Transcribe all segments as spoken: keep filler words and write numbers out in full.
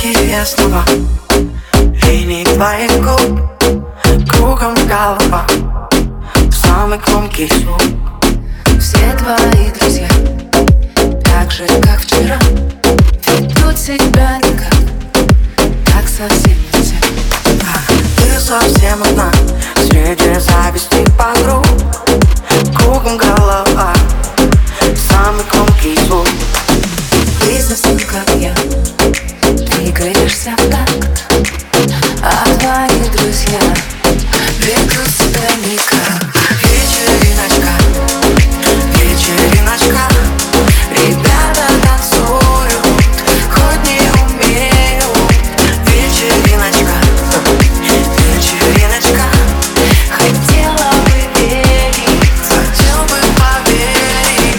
Тихие слова, линии твоих губ, кругом голова, самый громкий звук. Все твои друзья, так же, как вчера, ведут себя никак, так совсем нельзя. Ты совсем одна среди зависти подруг, кругом голова, самый громкий звук. Ты совсем как я, двигаешься в такт, а твои друзья ведут себя никак. Вечериночка, вечериночка, ребята танцуют, хоть не умеют. Вечериночка, вечериночка, Хотела бы верить, хотел бы поверить.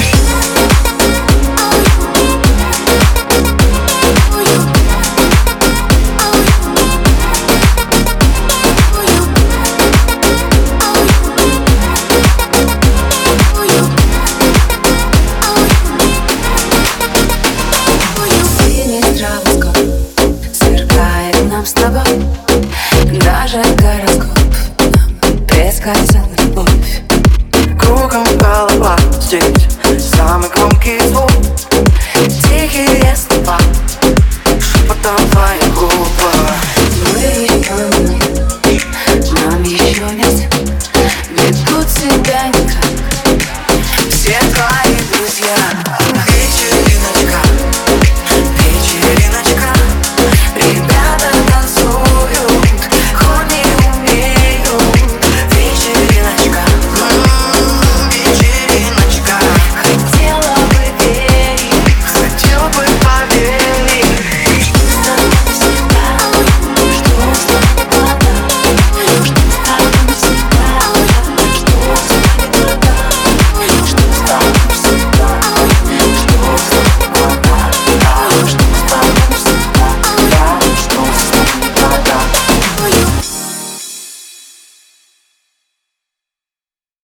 синий стробоскоп сверкает нам с тобой, даже гороскоп нам предсказал любовь. Кругом голова, здесь самый громкий звук. Тихие слова, шепотом твоих